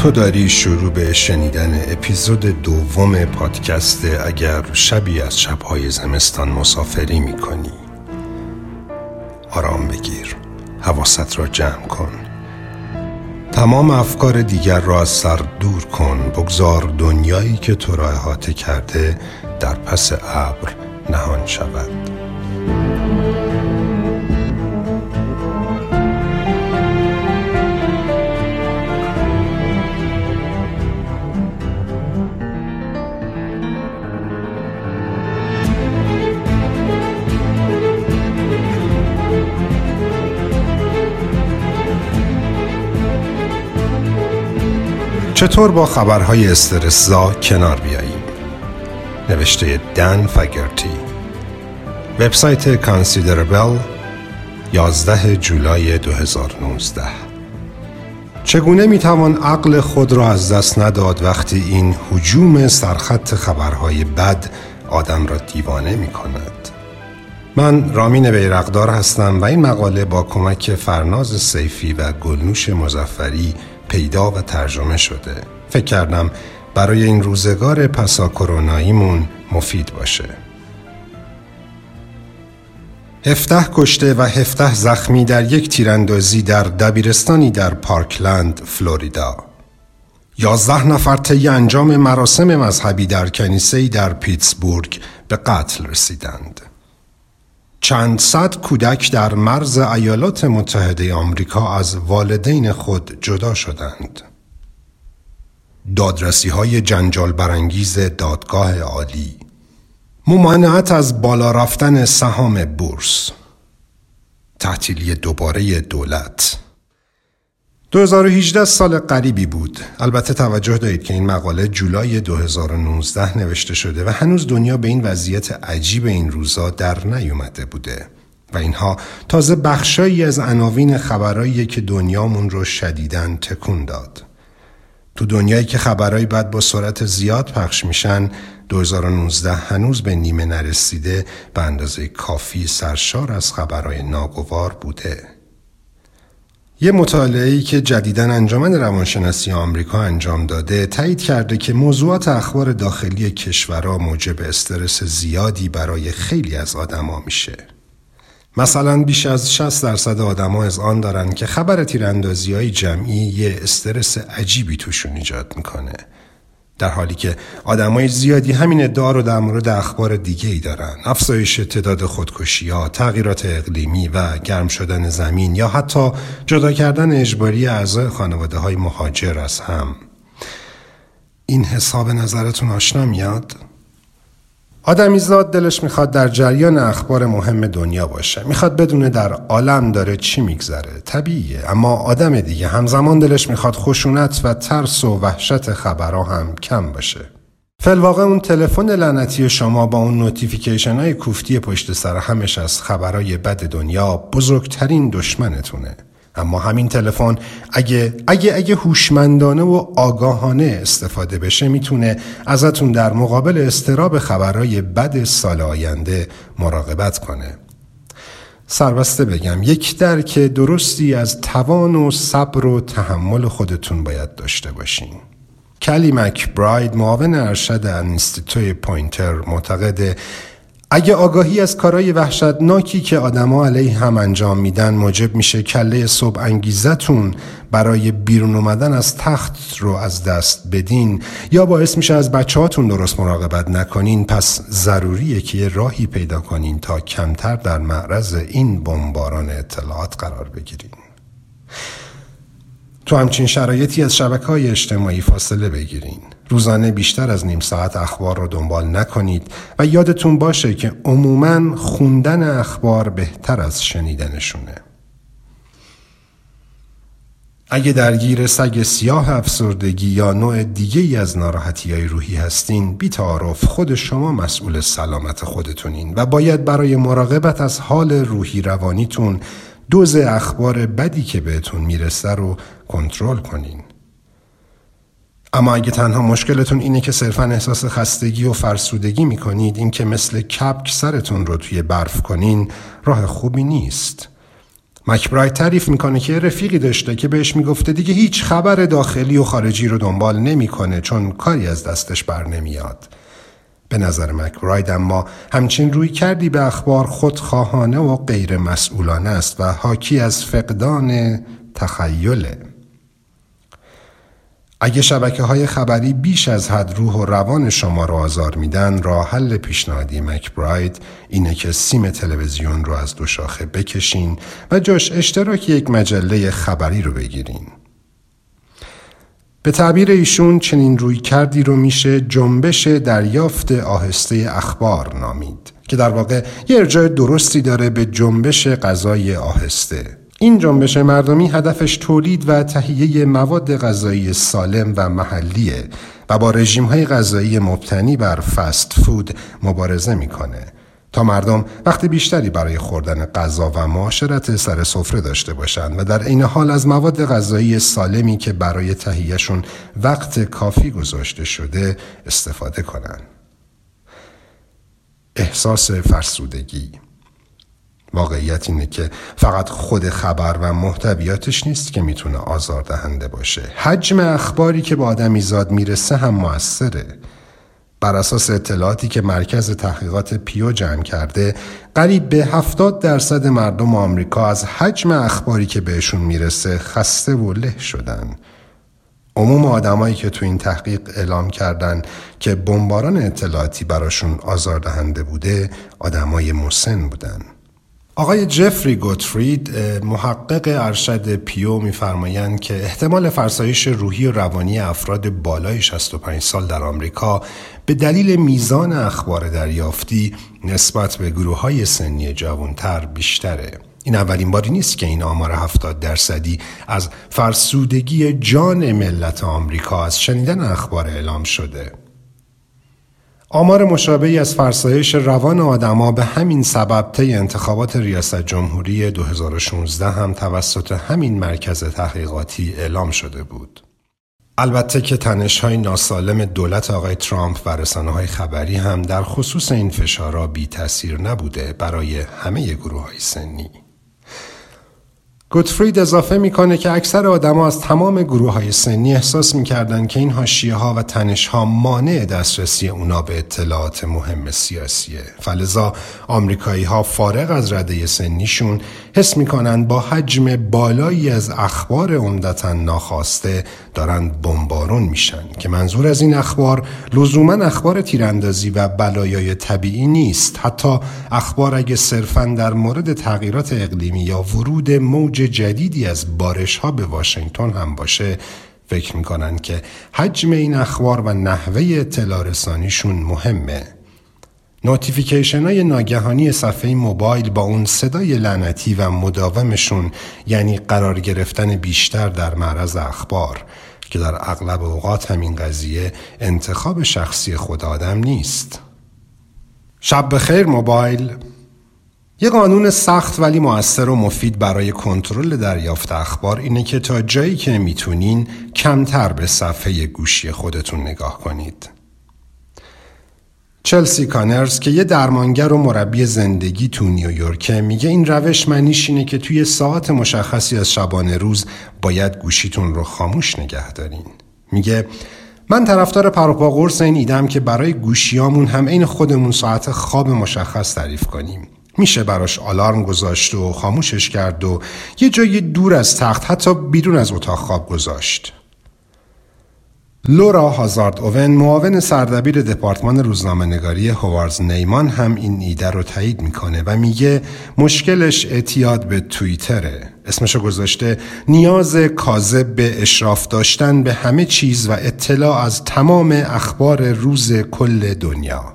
تو داری شروع به شنیدن اپیزود دوم پادکست اگر شبی از شب‌های زمستان مسافری می‌کنی. آرام بگیر، حواست را جمع کن، تمام افکار دیگر را از سر دور کن، بگذار دنیایی که تو را احاطه کرده در پس ابر نهان شود. چطور با خبرهای استرس‌زا کنار بیاییم؟ نوشته دن فگرتی، وبسایت کانسیدربل، 11 جولای 2019. چگونه میتوان عقل خود را از دست نداد وقتی این هجوم سرخط خبرهای بد آدم را دیوانه میکند؟ من رامین بیرقدار هستم و این مقاله با کمک فرناز سیفی و گلنوش مظفری پیدا و ترجمه شده. فکر کردم برای این روزگار پسا کروناییمون مفید باشه. 17 کشته و 17 زخمی در یک تیراندازی در دبیرستانی در پارکلند، فلوریدا. 11 نفر طی انجام مراسم مذهبی در کنیسه‌ای در پیتسبورگ به قتل رسیدند. چند صد کودک در مرز ایالات متحده آمریکا از والدین خود جدا شدند. دادرسی‌های جنجال برانگیز دادگاه عالی. ممانعت از بالا رفتن سهام بورس. تعطیلی دوباره دولت. 2018 سال غریبی بود. البته توجه دارید که این مقاله جولای 2019 نوشته شده و هنوز دنیا به این وضعیت عجیب این روزا در نیومده بوده و اینها تازه بخشایی از عناوین خبراییه که دنیامون رو شدیداً تکون داد. تو دنیایی که خبرای بد با سرعت زیاد پخش میشن، 2019 هنوز به نیمه نرسیده به اندازه کافی سرشار از خبرای ناگوار بوده. یه مطالعه‌ای که جدیداً انجمن روانشناسی آمریکا انجام داده تایید کرده که موضوعات اخبار داخلی کشورها موجب استرس زیادی برای خیلی از آدما میشه. مثلا بیش از 60% آدما اذعان دارن که خبر تیراندازی‌های جمعی یه استرس عجیبی توشون ایجاد میکنه، در حالی که آدمای زیادی همین ادعا رو در مورد اخبار دیگه‌ای دارن: افزایش تعداد خودکشی‌ها، تغییرات اقلیمی و گرم شدن زمین، یا حتی جدا کردن اجباری اعضای خانواده‌های مهاجر از هم. این حساب نظرتون آشنا میاد؟ آدمیزاد دلش میخواد در جریان اخبار مهم دنیا باشه، میخواد بدونه در عالم داره چی میگذره. طبیعیه، اما آدم دیگه همزمان دلش میخواد خشونت و ترس و وحشت خبرها هم کم باشه. فی‌الواقع اون تلفن لعنتی شما با اون نوتیفیکیشن های کوفتی پشت سر همش از خبرهای بد دنیا بزرگترین دشمنتونه. اما همین تلفن اگه هوشمندانه و آگاهانه استفاده بشه میتونه ازتون در مقابل اضطراب خبرهای بد سال آینده مراقبت کنه. سربسته بگم، یک درک درستی از توان و صبر و تحمل خودتون باید داشته باشین. کلی مکبراید، معاون ارشد انستیتوی پوینتر، معتقده اگه آگاهی از کارهای وحشتناکی که آدم‌ها علیه هم انجام میدن موجب میشه کله صبح انگیزتون برای بیرون اومدن از تخت رو از دست بدین، یا باعث میشه از بچه‌هاتون درست مراقبت نکنین، پس ضروریه که یه راهی پیدا کنین تا کمتر در معرض این بمباران اطلاعات قرار بگیرین. تو همچین شرایطی از شبکه‌های اجتماعی فاصله بگیرین. روزانه بیشتر از نیم ساعت اخبار رو دنبال نکنید و یادتون باشه که عموماً خوندن اخبار بهتر از شنیدنشونه. اگه درگیر سگ سیاه افسردگی یا نوع دیگه‌ای از ناراحتی‌های روحی هستین، بی تعارف خود شما مسئول سلامت خودتونین و باید برای مراقبت از حال روحی روانیتون دوز اخبار بدی که بهتون میرسه رو کنترل کنین. اما اگه تنها مشکلتون اینه که صرفاً احساس خستگی و فرسودگی میکنید، این که مثل کپک سرتون رو توی برف کنین راه خوبی نیست. مکبراید تعریف میکنه که رفیقی داشته که بهش میگفته دیگه هیچ خبر داخلی و خارجی رو دنبال نمیکنه چون کاری از دستش بر نمیاد. به نظر مکبراید اما همچین روی کردی به اخبار خودخواهانه و غیر مسئولانه است و حاکی از فقدان تخیله. اگه شبکه‌های خبری بیش از حد روح و روان شما رو آزار میدن، راه حل پیشنهادی مکبراید اینه که سیم تلویزیون رو از دو شاخه بکشین و جاش اشتراک یک مجله خبری رو بگیرین. به تعبیر ایشون چنین روی کردی رو میشه جنبش دریافت آهسته اخبار نامید که در واقع یه ارجاع درستی داره به جنبش غذای آهسته. این جنبش مردمی هدفش تولید و تهیه مواد غذایی سالم و محلیه و با رژیم‌های غذایی مبتنی بر فست فود مبارزه میکنه تا مردم وقت بیشتری برای خوردن غذا و معاشرت سر سفره داشته باشند و در عین حال از مواد غذایی سالمی که برای تهیهشون وقت کافی گذاشته شده استفاده کنند. احساس فرسودگی. واقعیت اینه که فقط خود خبر و محتویاتش نیست که میتونه آزاردهنده باشه. حجم اخباری که به آدمیزاد میرسه هم مؤثره. بر اساس اطلاعاتی که مرکز تحقیقات پیو جمع کرده، قریب به 70% مردم آمریکا از حجم اخباری که بهشون میرسه خسته و له شدن. عموم آدمایی که تو این تحقیق اعلام کردن که بمباران اطلاعاتی براشون آزاردهنده بوده، آدمای مسن بودن. آقای جفری گوتفرید، محقق ارشد پیو، می‌فرمایند که احتمال فرسایش روحی و روانی افراد بالای 65 سال در آمریکا به دلیل میزان اخبار دریافتی نسبت به گروه‌های سنی جوان‌تر بیشتره. این اولین باری نیست که این آمار 70% از فرسودگی جان ملت آمریکا از شنیدن اخبار اعلام شده. آمار مشابهی از فرسایش روان آدما به همین سبب طی انتخابات ریاست جمهوری 2016 هم توسط همین مرکز تحقیقاتی اعلام شده بود. البته که تنش‌های ناسالم دولت آقای ترامپ و رسانه‌های خبری هم در خصوص این فشارها بی تأثیر نبوده برای همه گروه‌های سنی. گوتفرید اضافه میکنه که اکثر آدم‌ها از تمام گروه‌های سنی احساس می‌کردند که این حاشیه‌ها و تنش‌ها مانع دسترسی اونا به اطلاعات مهم سیاسیه. فلذا آمریکایی‌ها فارغ از رده سنیشون حس می‌کنند با حجم بالایی از اخبار عمدتاً ناخواسته دارن بمبارون میشن که منظور از این اخبار لزوماً اخبار تیراندازی و بلایای طبیعی نیست. حتی اخبار اگه صرفاً در مورد تغییرات اقلیمی یا ورود موج جدیدی از بارش‌ها به واشنگتن هم باشه، فکر میکنن که حجم این اخبار و نحوه اطلاع رسانیشون مهمه. نوتیفیکیشن‌های ناگهانی صفحه موبایل با اون صدای لعنتی و مداومشون، یعنی قرار گرفتن بیشتر در معرض اخبار، که در اغلب اوقات همین قضیه انتخاب شخصی خود آدم نیست. شب بخیر موبایل. یه قانون سخت ولی مؤثر و مفید برای کنترل دریافت اخبار اینه که تا جایی که میتونین کمتر به صفحه گوشی خودتون نگاه کنید. چلسی کانرز که یه درمانگر و مربی زندگی تو نیویورکه میگه این روش معنیش اینه که توی ساعت مشخصی از شبانه روز باید گوشیتون رو خاموش نگه دارین. میگه من طرفدار پروپا قرص این ایدم که برای گوشیامون هم عین خودمون ساعت خواب مشخص تعریف کنیم. میشه براش آلارم گذاشت و خاموشش کرد و یه جای دور از تخت، حتی بیرون از اتاق خواب گذاشت. لورا هازارد اوون، معاون سردبیر دپارتمان روزنامه‌نگاری هوارز نیمان، هم این ایده رو تایید میکنه و میگه مشکلش اعتیاد به توییتره. اسمشو گذاشته نیاز کاذب به اشراف داشتن به همه چیز و اطلاع از تمام اخبار روز کل دنیا.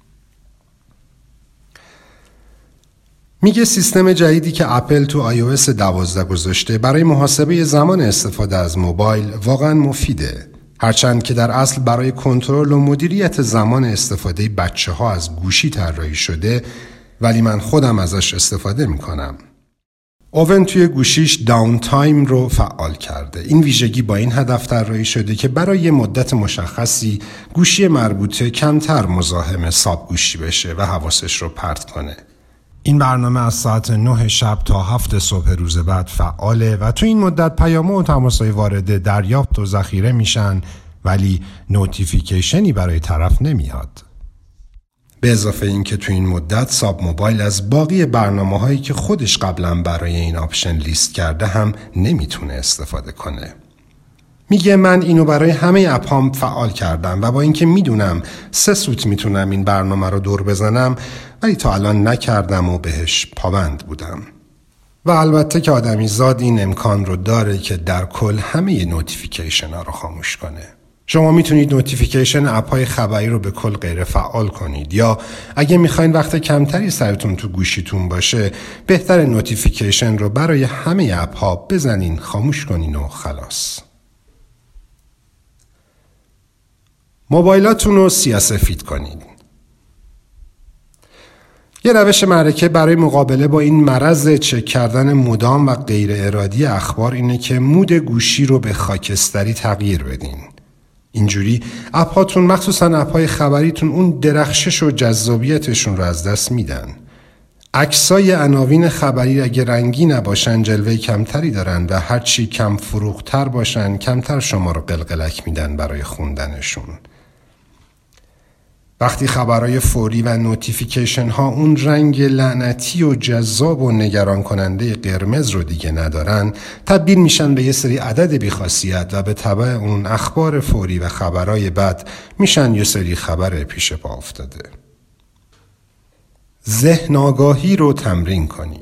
میگه سیستم جدیدی که اپل تو iOS 12 گذاشته برای محاسبه زمان استفاده از موبایل واقعا مفیده. هرچند که در اصل برای کنترل و مدیریت زمان استفاده بچه‌ها از گوشی طراحی شده، ولی من خودم ازش استفاده میکنم. اوون توی گوشیش داون تایم رو فعال کرده. این ویژگی با این هدف طراحی شده که برای مدت مشخصی گوشی مربوطه کمتر مزاحم ساب گوشی بشه و حواسش رو پرت کنه. این برنامه از ساعت 9 شب تا 7 صبح روز بعد فعاله و تو این مدت پیام و تماس‌های وارده دریافت و ذخیره میشن، ولی نوتیفیکیشنی برای طرف نمیاد. به اضافه این که تو این مدت ساب موبایل از باقی برنامه‌هایی که خودش قبلا برای این آپشن لیست کرده هم نمیتونه استفاده کنه. میگه من اینو برای همه اپام فعال کردم و با اینکه میدونم 3 سوت میتونم این برنامه رو دور بزنم، ولی تا الان نکردم و بهش پابند بودم. و البته که آدمی زاد این امکان رو داره که در کل همه نوتیفیکیشن ها رو خاموش کنه. شما میتونید نوتیفیکیشن اپ‌های خبری رو به کل غیر فعال کنید، یا اگه میخواین وقت کمتری سرتون تو گوشیتون باشه، بهتر نوتیفیکیشن رو برای همه اپ‌ها بزنین، خاموش کنین و خلاص. موبایلاتون رو سیاه‌سفید کنید. یه روش معرکه برای مقابله با این مرض چک کردن مدام و غیر ارادی اخبار اینه که مود گوشی رو به خاکستری تغییر بدین. اینجوری اپ‌هاتون، مخصوصاً اپ‌های خبریتون، اون درخشش و جذابیتشون رو از دست میدن. عکسای عناوین خبری اگه رنگی نباشن جلوه کمتری دارن و هرچی کم فروختر باشن کمتر شما رو قلقلک میدن برای خوندنشون. وقتی خبرهای فوری و نوتیفیکیشن ها اون رنگ لعنتی و جذاب و نگران کننده قرمز رو دیگه ندارن، تبدیل میشن به یه سری عدد بی‌خاصیت و به تبع اون اخبار فوری و خبرهای بد میشن یه سری خبر پیش پا افتاده. ذهن آگاهی رو تمرین کنین.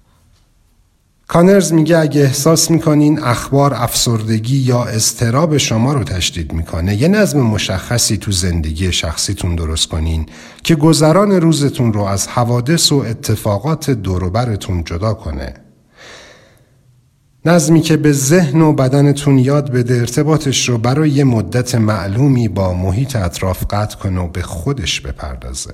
کانرز میگه اگه احساس میکنین اخبار افسردگی یا اضطراب شما رو تشدید میکنه، یه نظم مشخصی تو زندگی شخصیتون درست کنین که گذران روزتون رو از حوادث و اتفاقات دور و برتون جدا کنه. نظمی که به ذهن و بدنتون یاد بده ارتباطش رو برای یه مدت معلومی با محیط اطراف قطع کنه و به خودش بپردازه.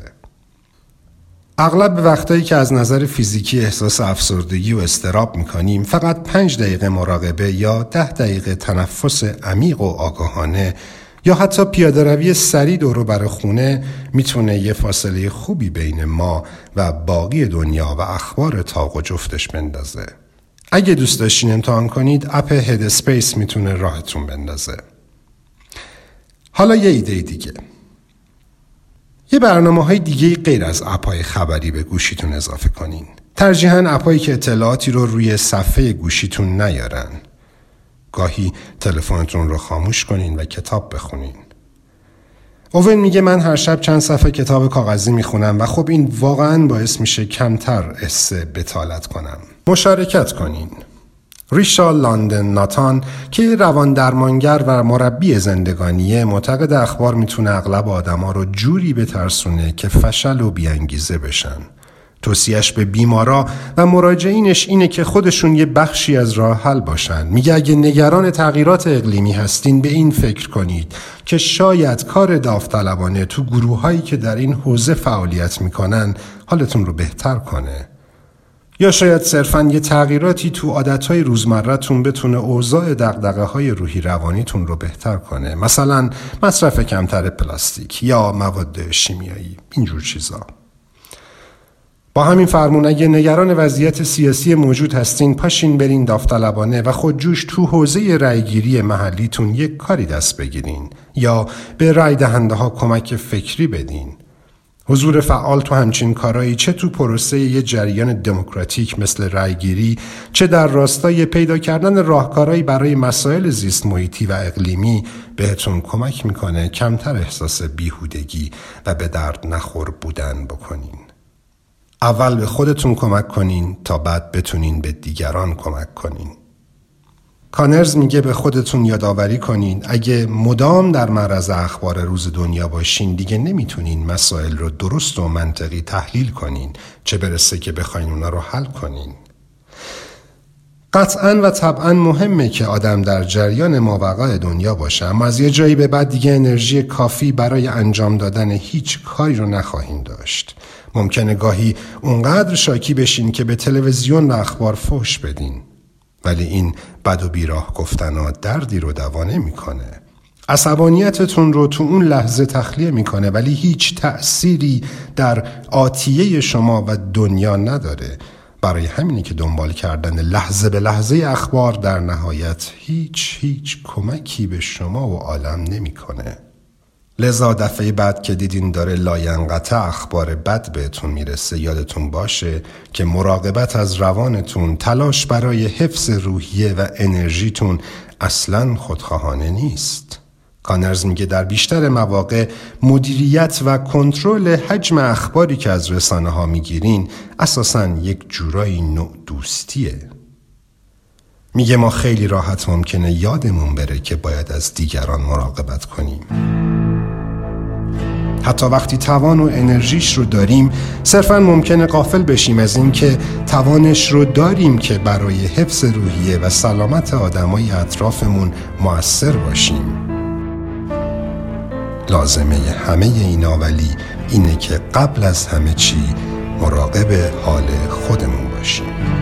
اغلب وقتایی که از نظر فیزیکی احساس افسردگی و اضطراب میکنیم، فقط 5 دقیقه مراقبه یا 10 دقیقه تنفس عمیق و آگاهانه یا حتی پیاده روی سریع دور و بر خونه میتونه یه فاصله خوبی بین ما و باقی دنیا و اخبار تاق و جفتش بندازه. اگه دوست داشتین امتحان کنید، اپ هد اسپیس میتونه راهتون بندازه. حالا یه ایده دیگه. یه برنامه‌های دیگه غیر از اپ‌های خبری به گوشیتون اضافه کنین. ترجیحاً اپ‌هایی که اطلاعاتی رو روی صفحه گوشیتون نیارن. گاهی تلفنتون رو خاموش کنین و کتاب بخونین. اوون میگه من هر شب چند صفحه کتاب کاغذی میخونم و خب این واقعاً باعث میشه کمتر حس بتالت کنم. مشارکت کنین. ریشا لندن ناتان که روان درمانگر و مربی زندگانیه، معتقد اخبار میتونه اغلب آدما رو جوری بترسونه که فشل و بیانگیزه بشن. توصیهش به بیمارا و مراجعینش اینه که خودشون یه بخشی از راه حل باشن. میگه اگه نگران تغییرات اقلیمی هستین، به این فکر کنید که شاید کار داوطلبانه تو گروهایی که در این حوزه فعالیت میکنن حالتون رو بهتر کنه. یا شاید صرفاً یه تغییراتی تو عادتهای روزمره‌تون بتونه اوضاع دغدغه‌های روحی روانیتون رو بهتر کنه. مثلا مصرف کمتر پلاستیک یا مواد شیمیایی، اینجور چیزا. با همین فرمون اگه نگران وضعیت سیاسی موجود هستین، پاشین برین داوطلبانه و خودجوش تو حوزه رأیگیری محلیتون یک کاری دست بگیرین یا به رأی دهنده ها کمک فکری بدین. حضور فعال تو همچین کارایی، چه تو پروسه یه جریان دموکراتیک مثل رأیگیری، چه در راستای پیدا کردن راهکارهایی برای مسائل زیست محیطی و اقلیمی، بهتون کمک میکنه کمتر احساس بیهودگی و به درد نخور بودن بکنین. اول به خودتون کمک کنین تا بعد بتونین به دیگران کمک کنین. کانرز میگه به خودتون یادآوری کنین اگه مدام در معرض اخبار روز دنیا باشین، دیگه نمیتونین مسائل رو درست و منطقی تحلیل کنین، چه برسه که بخواین اونا رو حل کنین. قطعاً و طبعاً مهمه که آدم در جریان ماوقع دنیا باشه، اما از یه جایی به بعد دیگه انرژی کافی برای انجام دادن هیچ کاری رو نخواهیم داشت. ممکنه گاهی اونقدر شاکی بشین که به تلویزیون و اخبار فحش بدین، ولی این بد و بیراه گفتن ها دردی رو دوا نمی‌کنه. عصبانیتتون رو تو اون لحظه تخلیه میکنه ولی هیچ تأثیری در آتیه شما و دنیا نداره. برای همینی که دنبال کردن لحظه به لحظه اخبار در نهایت هیچ کمکی به شما و عالم نمیکنه. لذا دفعه بعد که دیدین داره لاینقطع اخبار بد بهتون میرسه یادتون باشه که مراقبت از روانتون، تلاش برای حفظ روحیه و انرژیتون اصلاً خودخواهانه نیست. کانرز میگه در بیشتر مواقع مدیریت و کنترل حجم اخباری که از رسانه ها میگیرین اساساً یک جورایی نوع دوستیه. میگه ما خیلی راحت ممکنه یادمون بره که باید از دیگران مراقبت کنیم. حتی وقتی توان و انرژیش رو داریم صرفاً ممکنه غافل بشیم از این که توانش رو داریم که برای حفظ روحیه و سلامت آدمای اطرافمون مؤثر باشیم. لازمه همه اینا ولی اینه که قبل از همه چی مراقب حال خودمون باشیم.